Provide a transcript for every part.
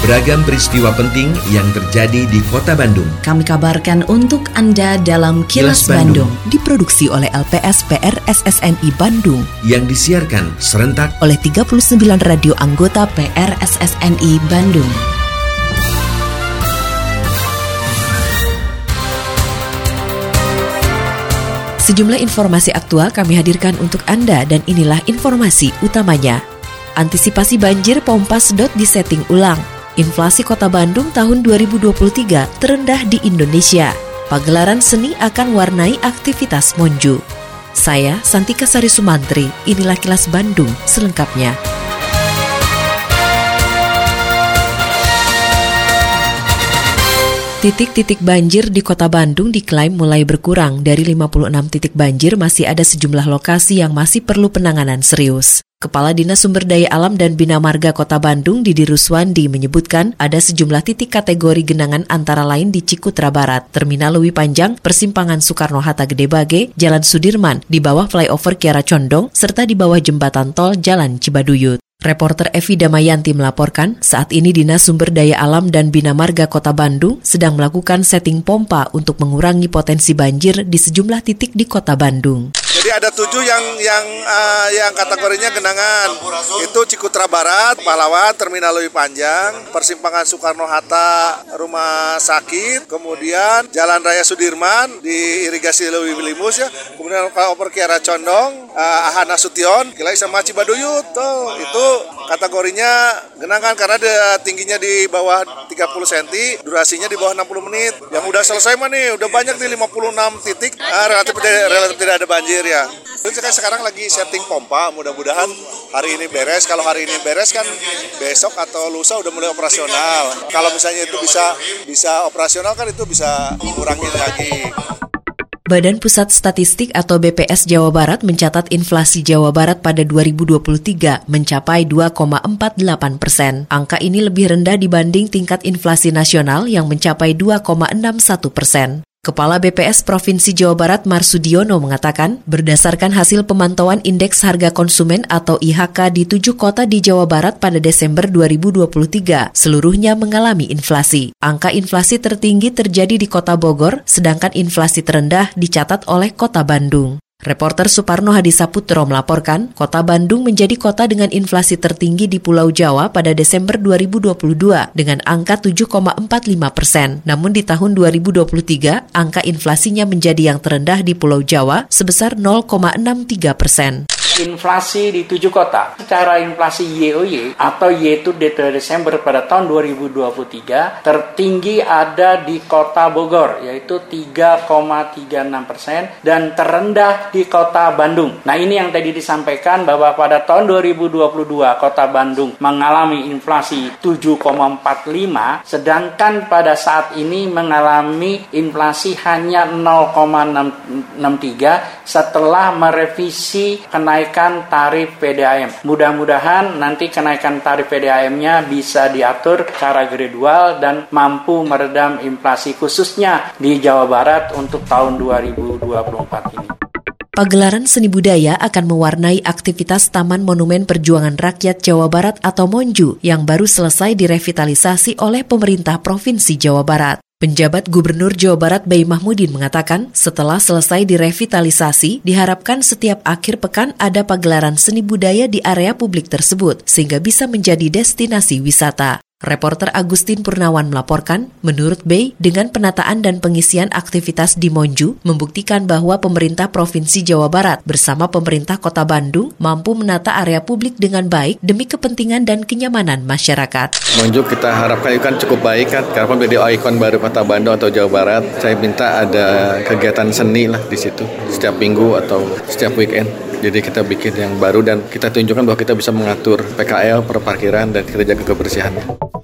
Beragam peristiwa penting yang terjadi di Kota Bandung kami kabarkan untuk Anda dalam Kilas Bandung. Diproduksi oleh LPS PRSSNI Bandung yang disiarkan serentak oleh 39 radio anggota PRSSNI Bandung. Sejumlah informasi aktual kami hadirkan untuk Anda dan inilah informasi utamanya. Antisipasi banjir pompa sedot disetting ulang. Inflasi Kota Bandung tahun 2023 terendah di Indonesia. Pagelaran seni akan warnai aktivitas Monju. Saya Santika Sari Sumantri, inilah Kilas Bandung selengkapnya. Titik-titik banjir di Kota Bandung diklaim mulai berkurang. Dari 56 titik banjir masih ada sejumlah lokasi yang masih perlu penanganan serius. Kepala Dinas Sumber Daya Alam dan Bina Marga Kota Bandung, Didi Ruswandi, menyebutkan ada sejumlah titik kategori genangan antara lain di Cikutra Barat, Terminal Lewi Panjang, Persimpangan Soekarno-Hatta Gede Bage, Jalan Sudirman, di bawah flyover Kiara Condong, serta di bawah jembatan tol Jalan Cibaduyut. Reporter Evi Damayanti melaporkan, saat ini Dinas Sumber Daya Alam dan Bina Marga Kota Bandung sedang melakukan setting pompa untuk mengurangi potensi banjir di sejumlah titik di Kota Bandung. Jadi ada 7 yang kategorinya genangan. Itu Cikutra Barat, Pahlawan, Terminal Lewi Panjang, Persimpangan Soekarno-Hatta, Rumah Sakit, kemudian Jalan Raya Sudirman di irigasi Lewi Limus ya, kemudian flyover Kiara Condong, Ahana Sution, Kilai sama Cibaduyut. Itu kategorinya genangan karena tingginya di bawah 30 cm, durasinya di bawah 60 menit. Yang udah selesai mah nih, udah banyak di 56 titik, relatif tidak ada banjir ya. Jadi sekarang lagi setting pompa, mudah-mudahan hari ini beres. Kalau hari ini beres kan besok atau lusa udah mulai operasional. Kalau misalnya itu bisa operasional kan itu bisa ngurangin lagi. Badan Pusat Statistik atau BPS Jawa Barat mencatat inflasi Jawa Barat pada 2023 mencapai 2,48%. Angka ini lebih rendah dibanding tingkat inflasi nasional yang mencapai 2,61%. Kepala BPS Provinsi Jawa Barat Marsudiono mengatakan, berdasarkan hasil pemantauan Indeks Harga Konsumen atau IHK di 7 kota di Jawa Barat pada Desember 2023, seluruhnya mengalami inflasi. Angka inflasi tertinggi terjadi di Kota Bogor, sedangkan inflasi terendah dicatat oleh Kota Bandung. Reporter Suparno Hadisaputro melaporkan, Kota Bandung menjadi kota dengan inflasi tertinggi di Pulau Jawa pada Desember 2022 dengan angka 7,45%. Namun di tahun 2023, angka inflasinya menjadi yang terendah di Pulau Jawa sebesar 0,63%. Inflasi di 7 kota. Secara inflasi YoY atau Y to Desember pada tahun 2023 tertinggi ada di Kota Bogor yaitu 3,36% dan terendah di Kota Bandung. Nah, ini yang tadi disampaikan bahwa pada tahun 2022 Kota Bandung mengalami inflasi 7,45 sedangkan pada saat ini mengalami inflasi hanya 0,63 setelah merevisi kenaikan tarif PDAM. Mudah-mudahan nanti kenaikan tarif PDAM-nya bisa diatur secara gradual dan mampu meredam inflasi khususnya di Jawa Barat untuk tahun 2024 ini. Pagelaran seni budaya akan mewarnai aktivitas Taman Monumen Perjuangan Rakyat Jawa Barat atau Monju yang baru selesai direvitalisasi oleh pemerintah Provinsi Jawa Barat. Penjabat Gubernur Jawa Barat Bayi Mahmudin mengatakan, setelah selesai direvitalisasi, diharapkan setiap akhir pekan ada pagelaran seni budaya di area publik tersebut, sehingga bisa menjadi destinasi wisata. Reporter Agustin Purnawan melaporkan, menurut Bey, dengan penataan dan pengisian aktivitas di Monju, membuktikan bahwa pemerintah Provinsi Jawa Barat bersama pemerintah Kota Bandung mampu menata area publik dengan baik demi kepentingan dan kenyamanan masyarakat. Monju kita harapkan itu kan cukup baik kan, karena menjadi ikon baru Kota Bandung atau Jawa Barat. Saya minta ada kegiatan seni lah di situ, setiap minggu atau setiap weekend. Jadi kita bikin yang baru dan kita tunjukkan bahwa kita bisa mengatur PKL, perparkiran, dan kita jaga kebersihannya.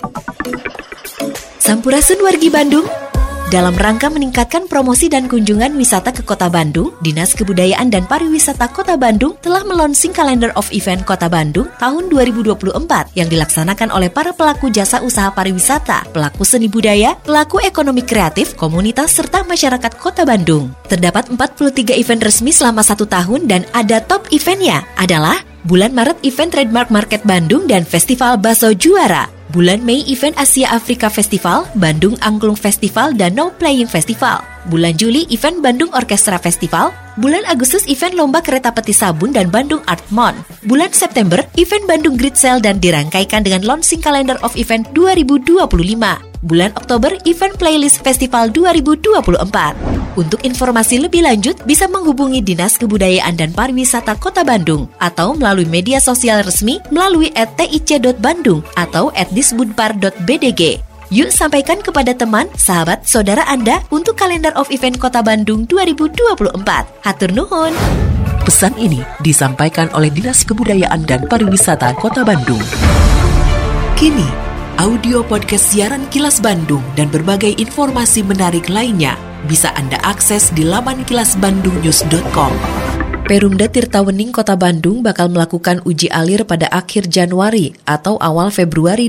Sampurasun wargi Bandung. Dalam rangka meningkatkan promosi dan kunjungan wisata ke Kota Bandung, Dinas Kebudayaan dan Pariwisata Kota Bandung telah melonsing Calendar of Event Kota Bandung tahun 2024 yang dilaksanakan oleh para pelaku jasa usaha pariwisata, pelaku seni budaya, pelaku ekonomi kreatif, komunitas, serta masyarakat Kota Bandung. Terdapat 43 event resmi selama 1 tahun dan ada top eventnya adalah bulan Maret event Trademark Market Bandung dan Festival Bakso Juara. Bulan Mei event Asia Afrika Festival, Bandung Angklung Festival, dan No Playing Festival. Bulan Juli event Bandung Orkestra Festival. Bulan Agustus event Lomba Kereta Peti Sabun dan Bandung Art Mon. Bulan September event Bandung Grid Sale dan dirangkaikan dengan launching Calendar of Event 2025. Bulan Oktober event Playlist Festival 2024. Untuk informasi lebih lanjut bisa menghubungi Dinas Kebudayaan dan Pariwisata Kota Bandung atau melalui media sosial resmi melalui @tic.bandung atau @disbudpar.bdg. Yuk sampaikan kepada teman, sahabat, saudara Anda untuk Calendar of Event Kota Bandung 2024. Hatur nuhun. Pesan ini disampaikan oleh Dinas Kebudayaan dan Pariwisata Kota Bandung. Kini, audio podcast siaran Kilas Bandung dan berbagai informasi menarik lainnya bisa Anda akses di laman kilasbandungnews.com. Perumda Tirtawening Kota Bandung bakal melakukan uji alir pada akhir Januari atau awal Februari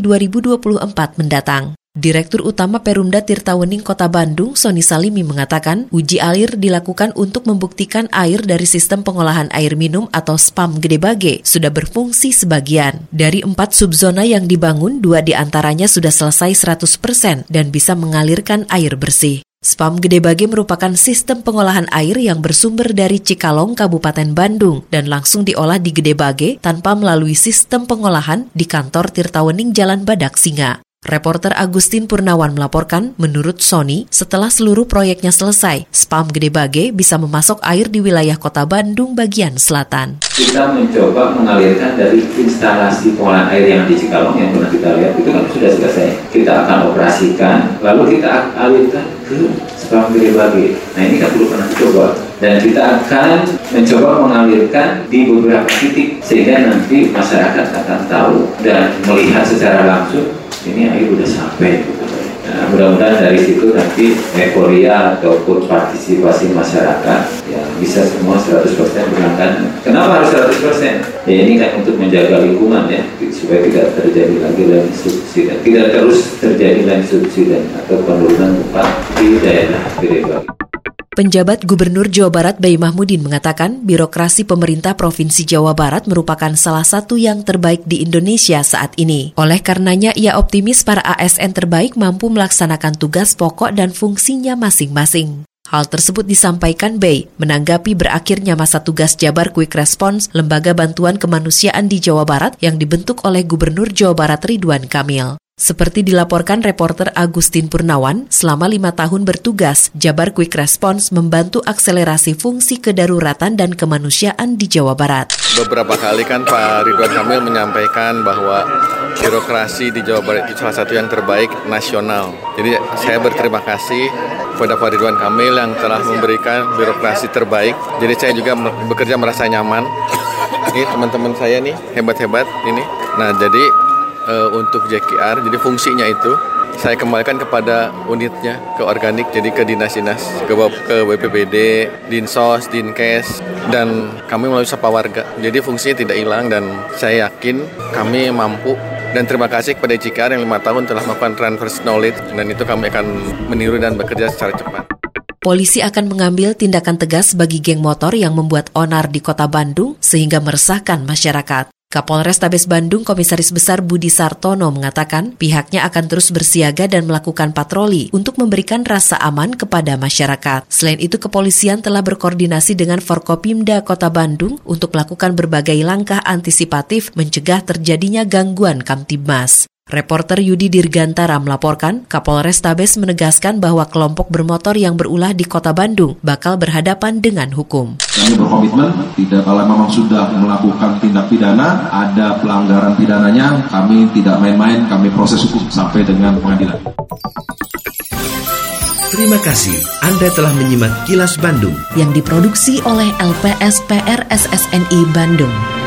2024 mendatang. Direktur Utama Perumda Tirtawening Kota Bandung, Sony Salimi, mengatakan uji alir dilakukan untuk membuktikan air dari sistem pengolahan air minum atau SPAM Gede Bage sudah berfungsi sebagian. Dari 4 subzona yang dibangun, 2 diantaranya sudah selesai 100% dan bisa mengalirkan air bersih. SPAM Gede Bage merupakan sistem pengolahan air yang bersumber dari Cikalong, Kabupaten Bandung dan langsung diolah di Gede Bage tanpa melalui sistem pengolahan di kantor Tirtawening Jalan Badak Singa. Reporter Agustin Purnawan melaporkan, menurut Sony, setelah seluruh proyeknya selesai, SPAM Gede Bage bisa memasok air di wilayah Kota Bandung bagian selatan. Kita mencoba mengalirkan dari instalasi pengolahan air yang di Cikalong yang pernah kita lihat, itu kan sudah selesai. Kita akan operasikan, lalu kita alirkan ke SPAM Gede Bage. Nah ini kan belum pernah dicoba. Dan kita akan mencoba mengalirkan di beberapa titik, sehingga nanti masyarakat akan tahu dan melihat secara langsung ini air udah sampai. Nah, mudah-mudahan dari situ nanti euforia ataupun partisipasi masyarakat yang bisa semua 100% berangkat. Kenapa harus 100%? Ya ini kan untuk menjaga lingkungan ya, supaya tidak terjadi lagi lain subsidi, tidak terus terjadi lain subsidi atau penurunan upah di daerah Gede Bage. Penjabat Gubernur Jawa Barat Bayi Mahmudin mengatakan birokrasi pemerintah Provinsi Jawa Barat merupakan salah satu yang terbaik di Indonesia saat ini. Oleh karenanya, ia optimis para ASN terbaik mampu melaksanakan tugas pokok dan fungsinya masing-masing. Hal tersebut disampaikan Bay menanggapi berakhirnya masa tugas Jabar Quick Response, lembaga bantuan kemanusiaan di Jawa Barat yang dibentuk oleh Gubernur Jawa Barat Ridwan Kamil. Seperti dilaporkan reporter Agustin Purnawan, selama 5 tahun bertugas, Jabar Quick Response membantu akselerasi fungsi kedaruratan dan kemanusiaan di Jawa Barat. Beberapa kali kan Pak Ridwan Kamil menyampaikan bahwa birokrasi di Jawa Barat itu salah satu yang terbaik nasional. Jadi saya berterima kasih kepada Pak Ridwan Kamil yang telah memberikan birokrasi terbaik. Jadi saya juga bekerja merasa nyaman. Ini teman-teman saya nih, hebat-hebat ini. Nah jadi untuk JKR, jadi fungsinya itu saya kembalikan kepada unitnya, ke organik, jadi ke dinas-dinas, ke BPBD, Dinsos, Dinkes, dan kami melalui Sapa Warga. Jadi fungsinya tidak hilang dan saya yakin kami mampu. Dan terima kasih kepada JKR yang 5 tahun telah melakukan transfer knowledge dan itu kami akan meniru dan bekerja secara cepat. Polisi akan mengambil tindakan tegas bagi geng motor yang membuat onar di Kota Bandung sehingga meresahkan masyarakat. Kapolres Tabes Bandung Komisaris Besar Budi Sartono mengatakan pihaknya akan terus bersiaga dan melakukan patroli untuk memberikan rasa aman kepada masyarakat. Selain itu, kepolisian telah berkoordinasi dengan Forkopimda Kota Bandung untuk melakukan berbagai langkah antisipatif mencegah terjadinya gangguan Kamtibmas. Reporter Yudi Dirgantara melaporkan, Kapolres Tabes menegaskan bahwa kelompok bermotor yang berulah di Kota Bandung bakal berhadapan dengan hukum. Kami berkomitmen, tidak kalau memang sudah melakukan tindak pidana, ada pelanggaran pidananya, kami tidak main-main, kami proses hukum sampai dengan pengadilan. Terima kasih Anda telah menyimak Kilas Bandung yang diproduksi oleh LPSPR SSNI Bandung.